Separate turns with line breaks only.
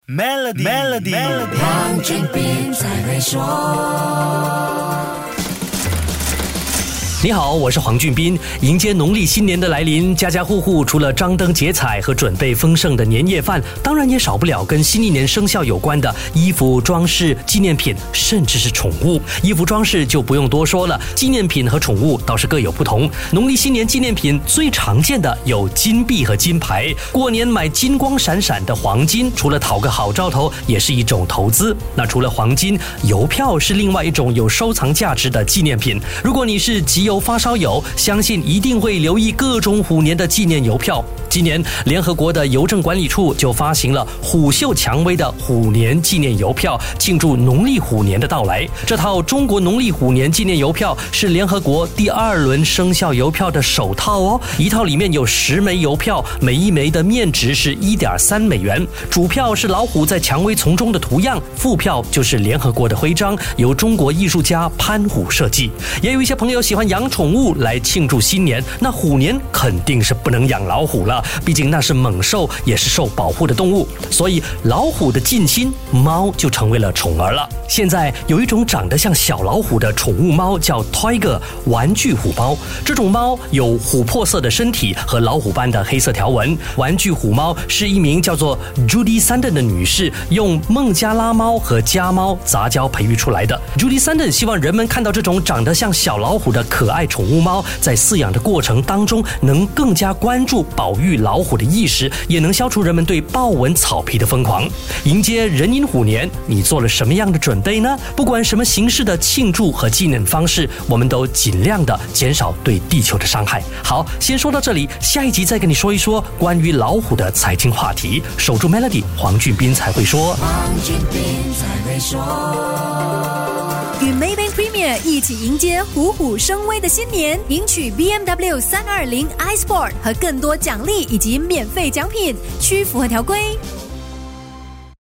Melody，
黄俊斌才会说。
你好，我是黄俊斌。迎接农历新年的来临，家家户户除了张灯结彩和准备丰盛的年夜饭，当然也少不了跟新一年生肖有关的衣服、装饰、纪念品，甚至是宠物。衣服装饰就不用多说了，纪念品和宠物倒是各有不同。农历新年纪念品最常见的有金币和金牌。过年买金光闪闪的黄金，除了讨个好兆头，也是一种投资。那除了黄金，邮票是另外一种有收藏价值的纪念品。如果你是集邮发烧友，相信一定会留意各种虎年的纪念邮票。今年联合国的邮政管理处就发行了虎嗅蔷薇的虎年纪念邮票，庆祝农历虎年的到来。这套中国农历虎年纪念邮票是联合国第2轮生肖邮票的首套哦，一套里面有10枚邮票，每一枚的面值是1.3美元。主票是老虎在蔷薇丛中的图样，副票就是联合国的徽章，由中国艺术家潘虎设计。也有一些朋友喜欢养宠物来庆祝新年，那虎年肯定是不能养老虎了，毕竟那是猛兽，也是受保护的动物，所以老虎的近亲猫就成为了宠儿了。现在有一种长得像小老虎的宠物猫叫 Tiger 玩具虎猫，这种猫有琥珀色的身体和老虎般的黑色条纹。玩具虎猫是一名叫做 Judy Sandon 的女士用孟加拉猫和家猫杂交培育出来的。Judy Sandon 希望人们看到这种长得像小老虎的可爱宠物猫，在饲养的过程当中能更加关注保育老虎的意识，也能消除人们对豹纹草皮的疯狂。迎接壬寅虎年，你做了什么样的准备呢？不管什么形式的庆祝和纪念方式，我们都尽量的减少对地球的伤害。好，先说到这里，下一集再跟你说一说关于老虎的财经话题。守住 Melody， 黄俊斌才会说。
黄俊斌才会说。
与 Maybank Premier 一起迎接虎虎生威的新年，赢取 BMW 320 iSport 和更多奖励以及免费奖品，需符合条规。